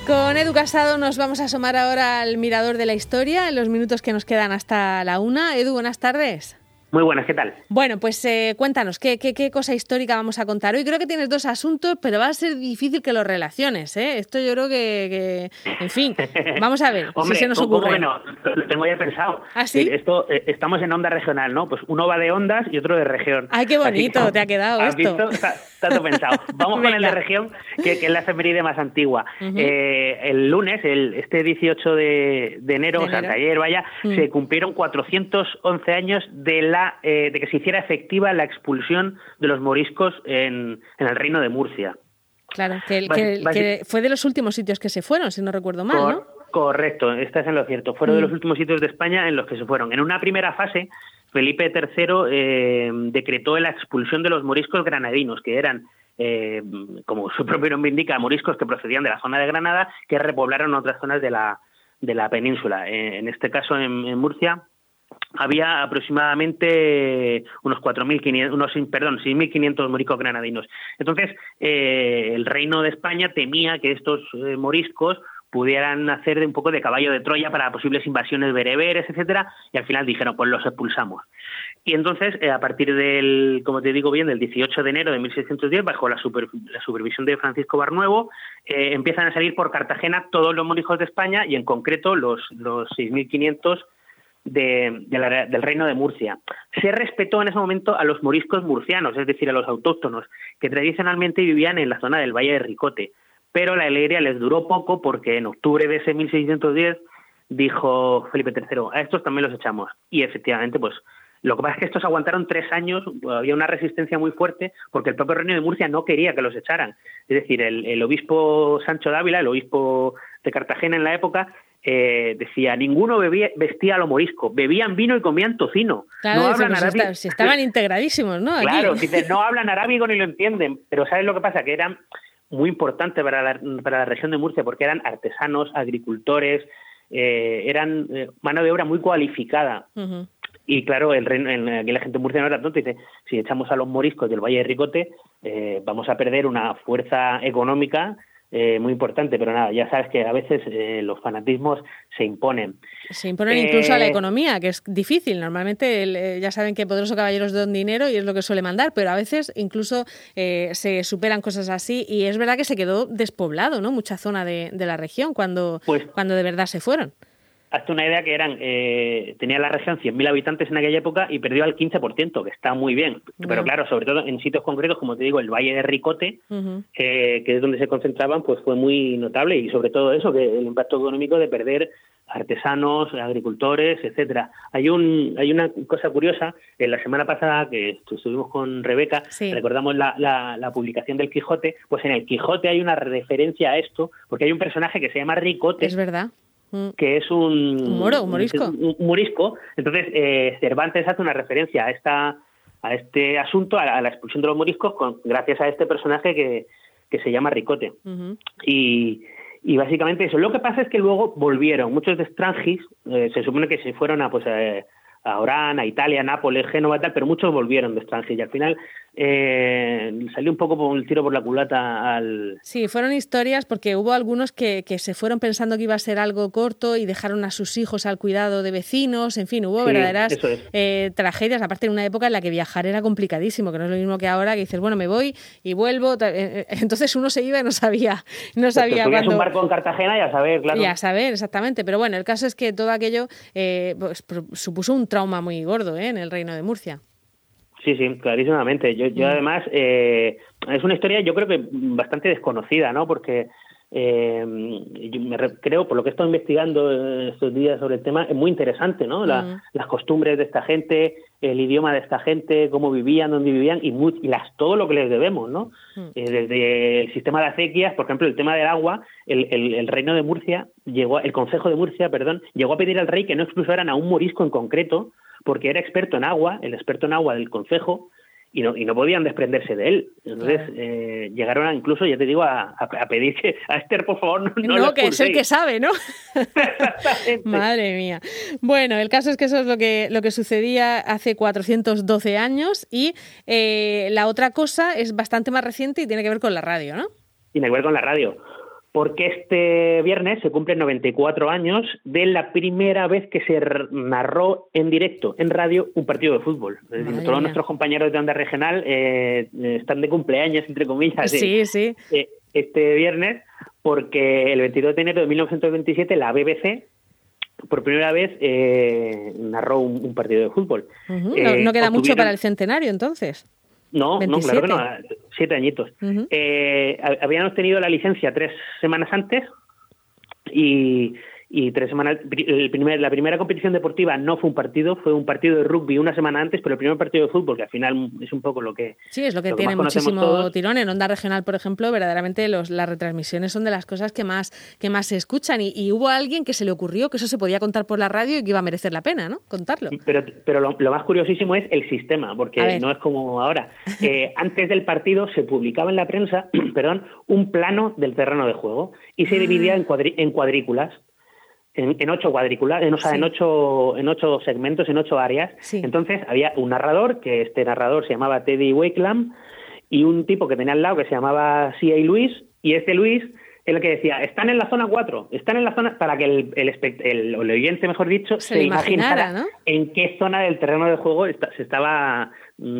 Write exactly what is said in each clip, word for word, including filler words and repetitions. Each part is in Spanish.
Con Edu Casado nos vamos a asomar ahora al mirador de la historia en los minutos que nos quedan hasta la una. Edu, buenas tardes. Muy buenas, ¿qué tal? Bueno, pues eh, cuéntanos, ¿qué, qué, ¿qué cosa histórica vamos a contar hoy? Creo que tienes dos asuntos, pero va a ser difícil que los relaciones, ¿eh? Esto yo creo que, que en fin, vamos a ver Hombre, si se nos ¿cómo ocurre. que no? Lo tengo ya pensado. ¿Ah, sí? Esto, eh, estamos en onda regional, ¿no? Pues uno va de ondas y otro de región. ¡Ay, qué bonito que, te ha quedado ¿has esto! visto? Está, está todo pensado. Vamos con el de región, que, que es la efeméride más antigua. Uh-huh. Eh, el lunes, el, este dieciocho de, de enero, de o sea, enero. ayer, vaya, mm. se cumplieron cuatrocientos once años de, la, eh, de que se hiciera efectiva la expulsión de los moriscos en, en el Reino de Murcia. Claro, que, que, que fue de los últimos sitios que se fueron, si no recuerdo mal, Cor- ¿no? Correcto, estás en lo cierto. Fueron mm. de los últimos sitios de España en los que se fueron. En una primera fase, Felipe tercero eh, decretó la expulsión de los moriscos granadinos, que eran, eh, como su propio nombre indica, moriscos que procedían de la zona de Granada, que repoblaron otras zonas de la, de la península. Eh, en este caso, en, en Murcia, había aproximadamente unos cuatro mil quinientos, unos, perdón, seis mil quinientos moriscos granadinos. Entonces, eh, el Reino de España temía que estos eh, moriscos pudieran hacer de un poco de caballo de Troya para posibles invasiones bereberes, etcétera, y al final dijeron, pues los expulsamos. Y entonces, eh, a partir del, como te digo bien, del dieciocho de enero de mil seiscientos diez, bajo la, super, la supervisión de Francisco Barnuevo, eh, empiezan a salir por Cartagena todos los moriscos de España y en concreto los, los seis mil quinientos De, de la, del Reino de Murcia. Se respetó en ese momento a los moriscos murcianos, es decir, a los autóctonos, que tradicionalmente vivían en la zona del Valle de Ricote, pero la alegría les duró poco porque en octubre de ese mil seiscientos diez dijo Felipe tercero, a estos también los echamos. Y efectivamente, pues lo que pasa es que estos aguantaron tres años, había una resistencia muy fuerte porque el propio Reino de Murcia no quería que los echaran. Es decir, el, el obispo Sancho Dávila, el obispo de Cartagena en la época, Eh, decía, ninguno bebía, vestía a lo morisco, bebían vino y comían tocino. Claro, no dice, hablan pues arábigo. Está, si estaban integradísimos, ¿no? Aquí. Claro, dice, no hablan arábigo ni lo entienden, pero ¿sabes lo que pasa? Que eran muy importantes para la, para la región de Murcia, porque eran artesanos, agricultores, eh, eran eh, mano de obra muy cualificada. Uh-huh. Y claro, el reino, el, aquí la gente de Murcia no era tonta, dice, si echamos a los moriscos del Valle de Ricote, eh, vamos a perder una fuerza económica Eh, muy importante, pero nada, ya sabes que a veces eh, los fanatismos se imponen. Se imponen eh, incluso a la economía, que es difícil. Normalmente el, eh, ya saben que poderosos caballeros don dinero y es lo que suele mandar, pero a veces incluso eh, se superan cosas así y es verdad que se quedó despoblado, ¿no? Mucha zona de, de la región cuando, pues, cuando de verdad se fueron. Hazte una idea que eran eh, tenía la región cien mil habitantes en aquella época y perdió al quince por ciento, que está muy bien. No. Pero claro, sobre todo en sitios concretos, como te digo, el Valle de Ricote, uh-huh. eh, que es donde se concentraban, pues fue muy notable y sobre todo eso, que el impacto económico de perder artesanos, agricultores, etcétera. Hay un hay una cosa curiosa, en la semana pasada que estuvimos con Rebeca, sí. recordamos la, la, la publicación del Quijote, pues en el Quijote hay una referencia a esto, porque hay un personaje que se llama Ricote. Es verdad. Que es un, un moro, un morisco. Un, un morisco. Entonces, eh, Cervantes hace una referencia a esta a este asunto, a la, a la expulsión de los moriscos, con, gracias a este personaje que, que se llama Ricote. Uh-huh. Y, y básicamente eso. Lo que pasa es que luego volvieron muchos de Strangis, eh, se supone que se fueron a pues a, a Orán, a Italia, Nápoles, Génova y tal, pero muchos volvieron de Strangis y al final eh, salió un poco por el tiro por la culata al... Sí, fueron historias porque hubo algunos que, que se fueron pensando que iba a ser algo corto y dejaron a sus hijos al cuidado de vecinos, en fin, hubo sí, verdaderas es. eh, tragedias, aparte en una época en la que viajar era complicadísimo, que no es lo mismo que ahora, que dices, bueno, me voy y vuelvo, entonces uno se iba y no sabía, no sabía pues cuándo... un barco en Cartagena y a saber, claro. Y a saber, exactamente, pero bueno, el caso es que todo aquello eh, pues, supuso un trauma muy gordo ¿eh? en el Reino de Murcia. Sí, sí, clarísimamente. Yo, yo además, eh, es una historia yo creo que bastante desconocida, ¿no? Porque eh, yo me re- creo, por lo que he estado investigando estos días sobre el tema, es muy interesante, ¿no? La, mm. Las costumbres de esta gente, el idioma de esta gente, cómo vivían, dónde vivían y, muy, y las, todo lo que les debemos, ¿no? Mm. Eh, desde el sistema de acequias, por ejemplo, el tema del agua, el, el, el Reino de Murcia, llegó, el Concejo de Murcia, perdón, llegó a pedir al rey que no expulsaran a un morisco en concreto, porque era experto en agua, el experto en agua del concejo, y no y no podían desprenderse de él. Entonces claro. eh, llegaron a, incluso, ya te digo, a, a, a pedir que a Esther, por favor, no, no, no lo que es el que sabe, ¿no? Madre mía. Bueno, el caso es que eso es lo que lo que sucedía hace cuatrocientos doce años y eh, la otra cosa es bastante más reciente y tiene que ver con la radio, ¿no? Tiene que ver con la radio. porque este viernes se cumplen noventa y cuatro años de la primera vez que se narró en directo, en radio, un partido de fútbol. Es decir, todos nuestros compañeros de Onda Regional eh, están de cumpleaños, entre comillas, sí, sí. Eh, este viernes, porque el veintidós de enero de mil novecientos veintisiete la B B C por primera vez eh, narró un, un partido de fútbol. Uh-huh. Eh, no, no queda mucho para el centenario, entonces. No, veintisiete. No, claro que no, siete añitos. Uh-huh. Eh, habíamos tenido la licencia tres semanas antes y, y tres semanas. El primer, la primera competición deportiva no fue un partido, fue un partido de rugby una semana antes, pero el primer partido de fútbol, que al final es un poco lo que. Sí, es lo que, lo que tiene muchísimo todos. Tirón. En Onda Regional, por ejemplo, verdaderamente los, las retransmisiones son de las cosas que más, que más se escuchan. Y, y hubo alguien que se le ocurrió que eso se podía contar por la radio y que iba a merecer la pena, ¿no? Contarlo. Pero, pero lo, lo más curiosísimo es el sistema, porque no es como ahora. Eh, antes del partido se publicaba en la prensa, perdón, un plano del terreno de juego y se dividía en, cuadri, en cuadrículas. En, en ocho cuadrículas, en, o sea, sí. en ocho en ocho segmentos, en ocho áreas. Sí. Entonces había un narrador, que este narrador se llamaba Teddy Wakelam, y un tipo que tenía al lado que se llamaba C A Luis, y este Luis es el que decía, están en la zona cuatro, están en la zona, para que el, el, el, el, el oyente, mejor dicho, se, se imaginara, imaginara ¿no? en qué zona del terreno de juego está, se estaba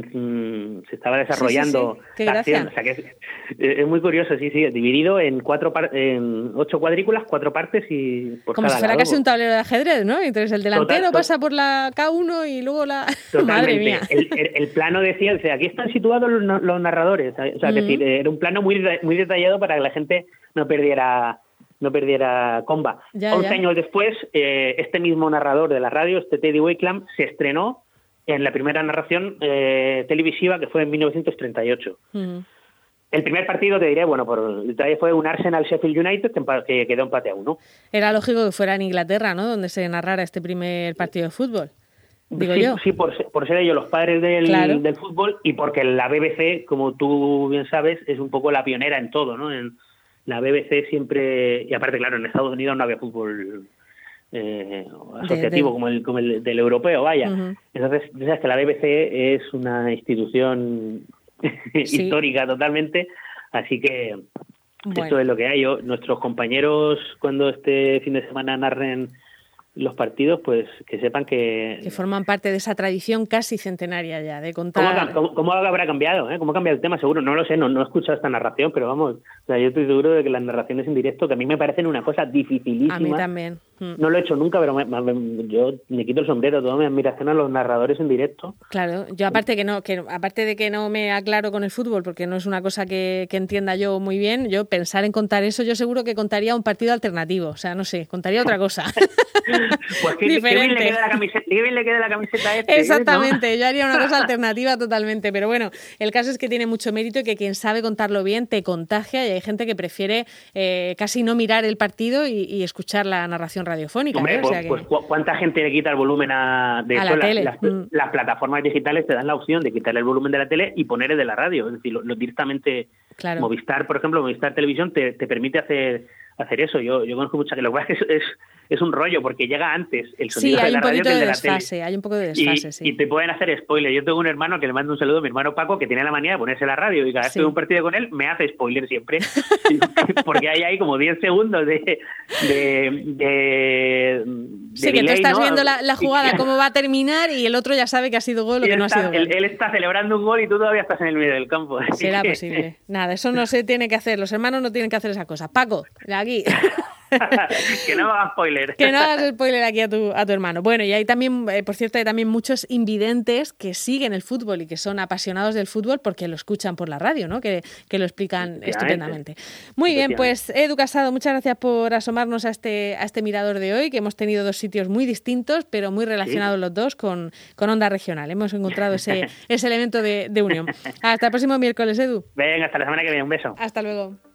mm, se estaba desarrollando sí, sí, sí. la acción. O sea que es, es muy curioso, sí, sí, dividido en cuatro par- en ocho cuadrículas, cuatro partes y por como cada si fuera lado. casi un tablero de ajedrez, ¿no? Entonces el delantero Total, pasa por la K uno y luego la... Totalmente. Madre mía. El, el, el plano decía, o sea, aquí están situados los, los narradores. O sea, uh-huh. que decir, era un plano muy, muy detallado para que la gente no perdiera no perdiera comba. Ya, Once ya. años después, eh, este mismo narrador de la radio, este Teddy Wakelam, se estrenó en la primera narración eh, televisiva, que fue en mil novecientos treinta y ocho. Uh-huh. El primer partido, te diré, bueno, por el detalle fue un Arsenal-Sheffield United que, empa- que quedó empate a uno. Era lógico que fuera en Inglaterra, ¿no?, donde se narrara este primer partido de fútbol. Digo sí, yo. sí, por, por ser ellos los padres del, claro. del fútbol y porque la B B C, como tú bien sabes, es un poco la pionera en todo, ¿no? En la B B C siempre, y aparte, claro, en Estados Unidos no había fútbol eh, asociativo de, de... como el como el del europeo, vaya. Uh-huh. Entonces, sabes que la B B C es una institución sí. histórica totalmente, así que bueno. esto es lo que hay. Yo, nuestros compañeros, cuando este fin de semana narren los partidos, pues que sepan que... Que forman parte de esa tradición casi centenaria ya, de contar... ¿Cómo, cómo, cómo habrá cambiado? ¿eh? ¿Cómo cambia el tema? Seguro, no lo sé, no, no he escuchado esta narración, pero vamos, o sea, yo estoy seguro de que las narraciones en directo, que a mí me parecen una cosa dificilísima. A mí también. No lo he hecho nunca, pero me, me, yo me quito el sombrero, toda mi admiración a los narradores en directo. Claro, yo aparte que no, que aparte de que no me aclaro con el fútbol, porque no es una cosa que, que entienda yo muy bien, yo pensar en contar eso, yo seguro que contaría un partido alternativo, o sea, no sé, contaría otra cosa. Pues qué, qué, bien le queda la camiseta, qué bien le queda la camiseta a este. Exactamente, ¿no? Yo haría una cosa alternativa totalmente, pero bueno, el caso es que tiene mucho mérito y que quien sabe contarlo bien te contagia y hay gente que prefiere eh, casi no mirar el partido y, y escuchar la narración radiofónica. Hombre, ¿eh? O sea pues, que... pues ¿cuánta gente le quita el volumen a, de a eso? la Las, tele? Las, mm. las plataformas digitales te dan la opción de quitarle el volumen de la tele y poner el de la radio, es decir, lo, lo directamente claro. Movistar, por ejemplo, Movistar Televisión te, te permite hacer hacer eso. Yo yo conozco mucha que lo que pasa es que es, es, es un rollo porque llega antes el sonido sí, de la radio que el de, de la desfase, tele. Hay un poco de desfase, y, sí. Y te pueden hacer spoiler. Yo tengo un hermano que le mando un saludo a mi hermano Paco, que tiene la manía de ponerse la radio y cada vez sí. que veo un partido con él me hace spoiler siempre. Porque hay ahí como diez segundos de... de, de, de sí, delay, que tú estás ¿no? viendo la, la jugada, cómo va a terminar y el otro ya sabe que ha sido gol o que no está, ha sido gol. Él, él está celebrando un gol y tú todavía estás en el medio del campo. Será posible. Nada, eso no se tiene que hacer. Los hermanos no tienen que hacer esa cosa. Paco, de aquí... que no hagas spoiler. Que no hagas spoiler aquí a tu, a tu hermano. Bueno, y hay también, eh, por cierto, hay también muchos invidentes que siguen el fútbol y que son apasionados del fútbol porque lo escuchan por la radio, ¿no? Que, que lo explican estupendamente. Muy bien, pues Edu Casado, muchas gracias por asomarnos a este, a este mirador de hoy, que hemos tenido dos sitios muy distintos, pero muy relacionados sí. los dos con, con Onda Regional. Hemos encontrado ese, ese elemento de, de unión. Hasta el próximo miércoles, Edu. Venga, hasta la semana que viene. Un beso. Hasta luego.